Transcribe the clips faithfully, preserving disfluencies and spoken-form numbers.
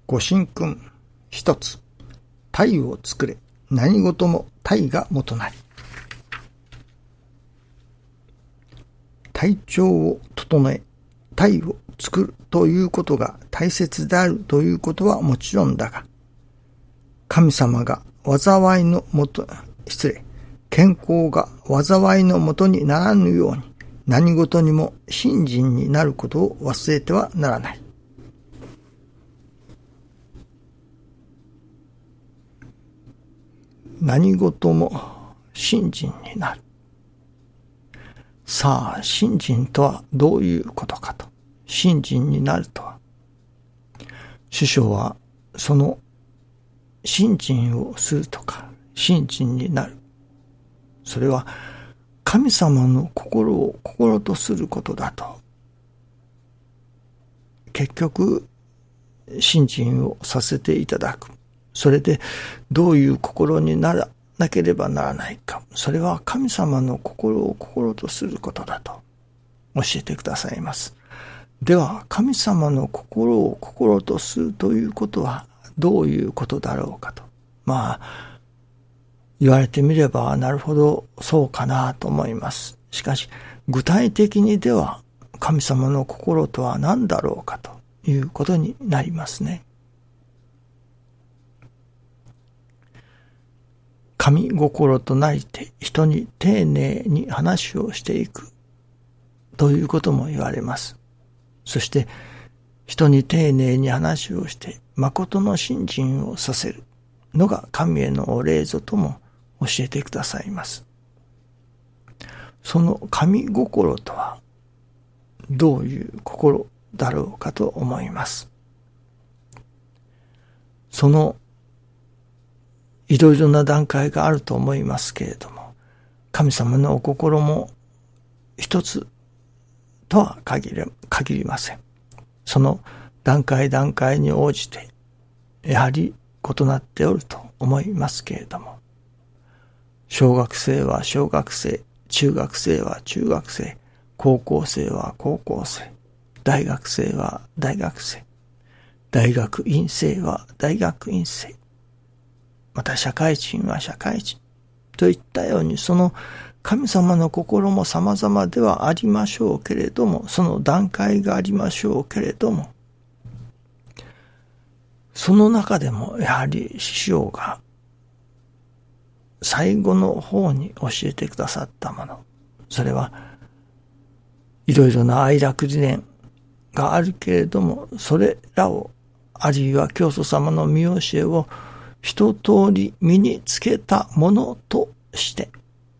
ご神君一つ、体を作れ、何事も体が元なり。体調を整え、体を作るということが大切であるということはもちろんだが、神様が災いのもと、失礼、健康が災いのもとにならぬように、何事にも信心になることを忘れてはならない。何事も信心になる。さあ、信心とはどういうことかと。信心になるとは。師匠はその信心をするとか、信心になる。それは神様の心を心とすることだと。結局、信心をさせていただく。それでどういう心にならなければならないか。それは神様の心を心とすることだと教えてくださいます。では、神様の心を心とするということはどういうことだろうかと。まあ、言われてみればなるほどそうかなと思います。しかし、具体的にでは神様の心とは何だろうかということになりますね。神心となりて人に丁寧に話をしていくということも言われます。そして人に丁寧に話をして誠の信心をさせるのが神へのお礼ぞとも教えてくださいます。その神心とはどういう心だろうかと思います。そのいろいろな段階があると思いますけれども、神様のお心も一つとは限り、限りません。その段階段階に応じて、やはり異なっておると思いますけれども、小学生は小学生、中学生は中学生、高校生は高校生、大学生は大学生、大学院生は大学院生、また社会人は社会人といったように、その神様の心も様々ではありましょうけれども、その段階がありましょうけれども、その中でもやはり師匠が最後の方に教えてくださったもの、それはいろいろな愛楽理念があるけれども、それらをあるいは教祖様の見教えを一通り身につけたものとして、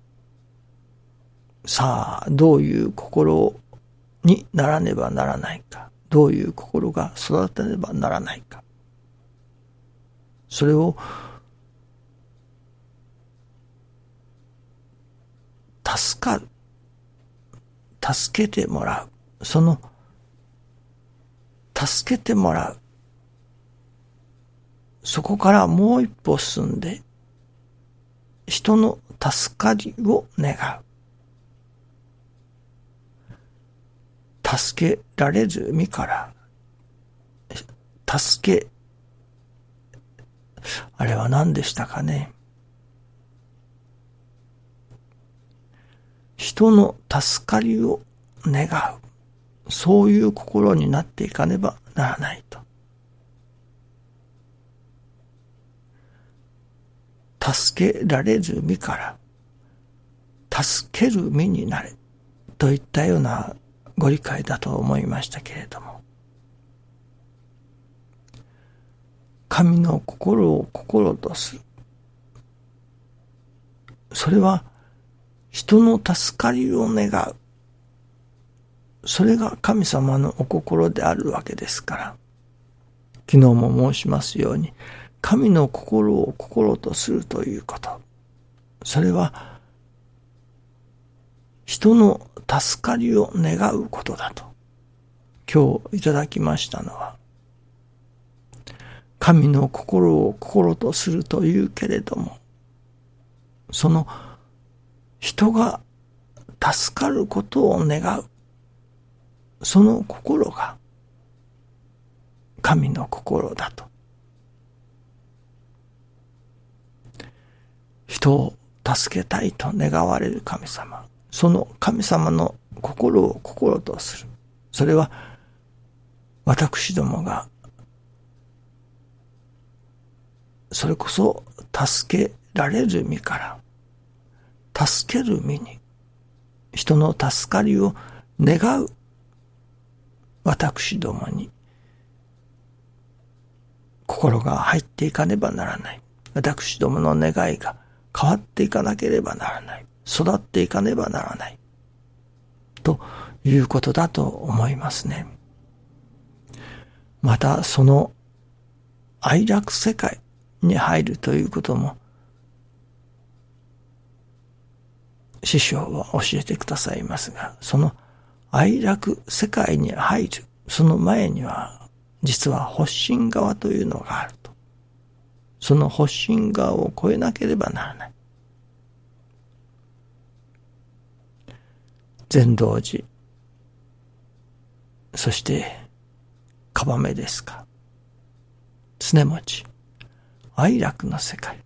さあどういう心にならねばならないか、どういう心が育てねばならないか、それを助かる、助けてもらう、その助けてもらう、そこからもう一歩進んで人の助かりを願う。助けられず身から助け、あれは何でしたかね。人の助かりを願う、そういう心になっていかねばならないと。助けられず身から助ける身になれといったようなご理解だと思いましたけれども、神の心を心とする、それは人の助かりを願う、それが神様のお心であるわけですから、昨日も申しますように、神の心を心とするということ、それは人の助かりを願うことだと今日いただきましたのは、神の心を心とするというけれども、その人が助かることを願う、その心が神の心だと人を助けたいと願われる神様、その神様の心を心とする。それは私どもがそれこそ助けられる身から助ける身に人の助かりを願う私どもに心が入っていかねばならない。私どもの願いが変わっていかなければならない。育っていかねばならない。ということだと思いますね。またその愛楽世界に入るということも師匠は教えてくださいますが、その愛楽世界に入るその前には実は発心側というのがあると。その発心側を越えなければならない。禅道寺、そしてかばめですか、常持ち、愛楽の世界。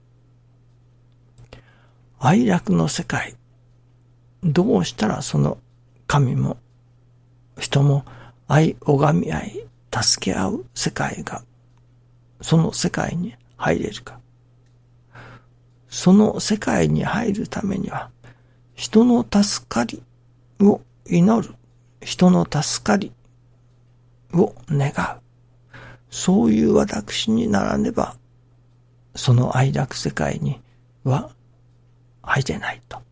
愛楽の世界、どうしたらその神も人も愛拝み合い助け合う世界がその世界に入れるか。その世界に入るためには人の助かりを祈る、人の助かりを願う、そういう私にならねばその愛楽世界には入れないと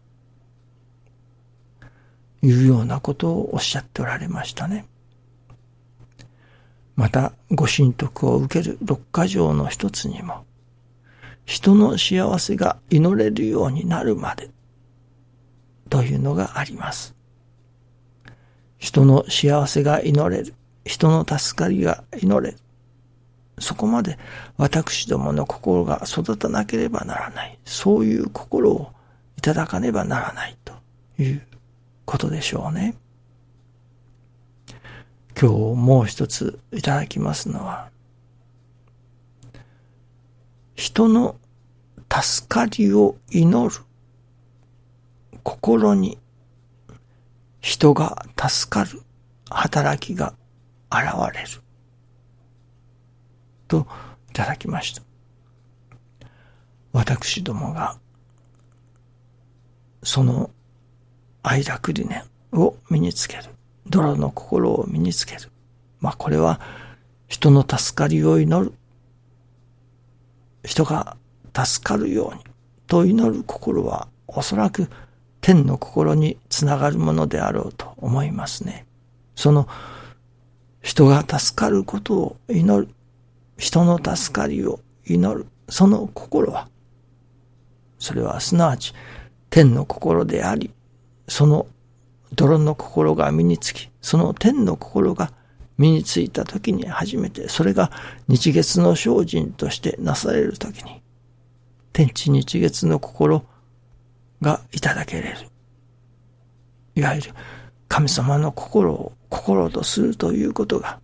いうようなことをおっしゃっておられましたね。またご神徳を受ける六箇条の一つにも、人の幸せが祈れるようになるまでというのがあります。人の幸せが祈れる、人の助かりが祈れる、そこまで私どもの心が育たなければならない。そういう心をいただかねばならないということでしょうね。今日もう一ついただきますのは、人の助かりを祈る心に人が助かる働きが現れるといただきました。私どもがその愛楽理念を身につける、泥の心を身につける。まあこれは人の助かりを祈る、人が助かるようにと祈る心はおそらく天の心につながるものであろうと思いますね。その人が助かることを祈る、人の助かりを祈る、その心は、それはすなわち天の心であり、その泥の心が身につき、その天の心が身についたときに初めて、それが日月の精進としてなされるときに、天地日月の心がいただけれる。いわゆる神様の心を心とするということが、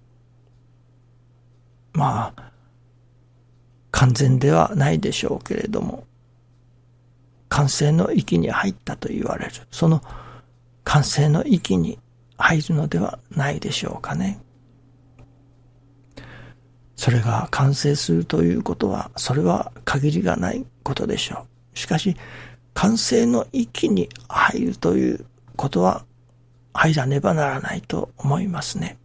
まあ、完全ではないでしょうけれども、完成の域に入ったと言われる。その完成の域に入るのではないでしょうかね。それが完成するということは、それは限りがないことでしょう。しかし、完成の域に入るということは、入らねばならないと思いますね。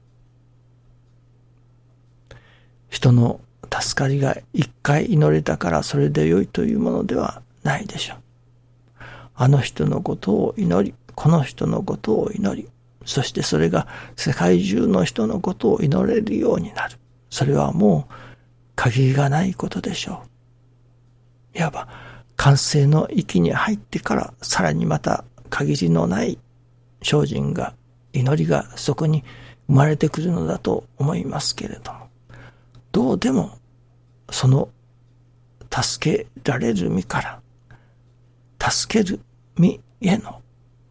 人の助かりが一回祈れたからそれで良いというものではないでしょう。あの人のことを祈り、この人のことを祈り、そしてそれが世界中の人のことを祈れるようになる。それはもう限りがないことでしょう。いわば完成の域に入ってからさらにまた限りのない精進が、祈りがそこに生まれてくるのだと思いますけれども、どうでもその助けられる身から助ける身への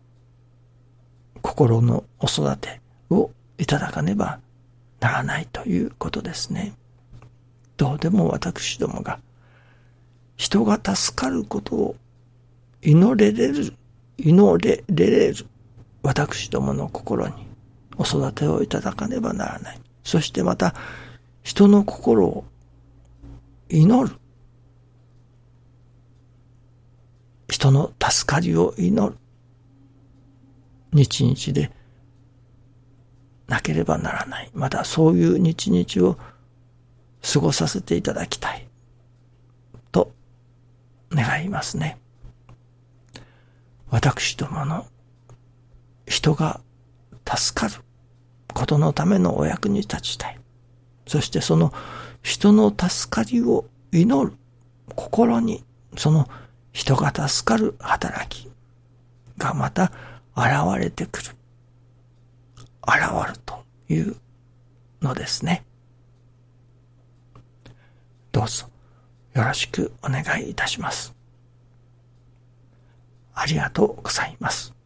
心のお育てをいただかねばならないということですね。どうでも私どもが人が助かることを祈れれる、祈れれる私どもの心にお育てをいただかねばならない。そしてまた人の心を祈る、人の助かりを祈る日々でなければならない。またそういう日々を過ごさせていただきたいと願いますね。私どもの人が助かることのためのお役に立ちたい。そしてその人の助かりを祈る心に、その人が助かる働きがまた現れてくる。現るというのですね。どうぞよろしくお願いいたします。ありがとうございます。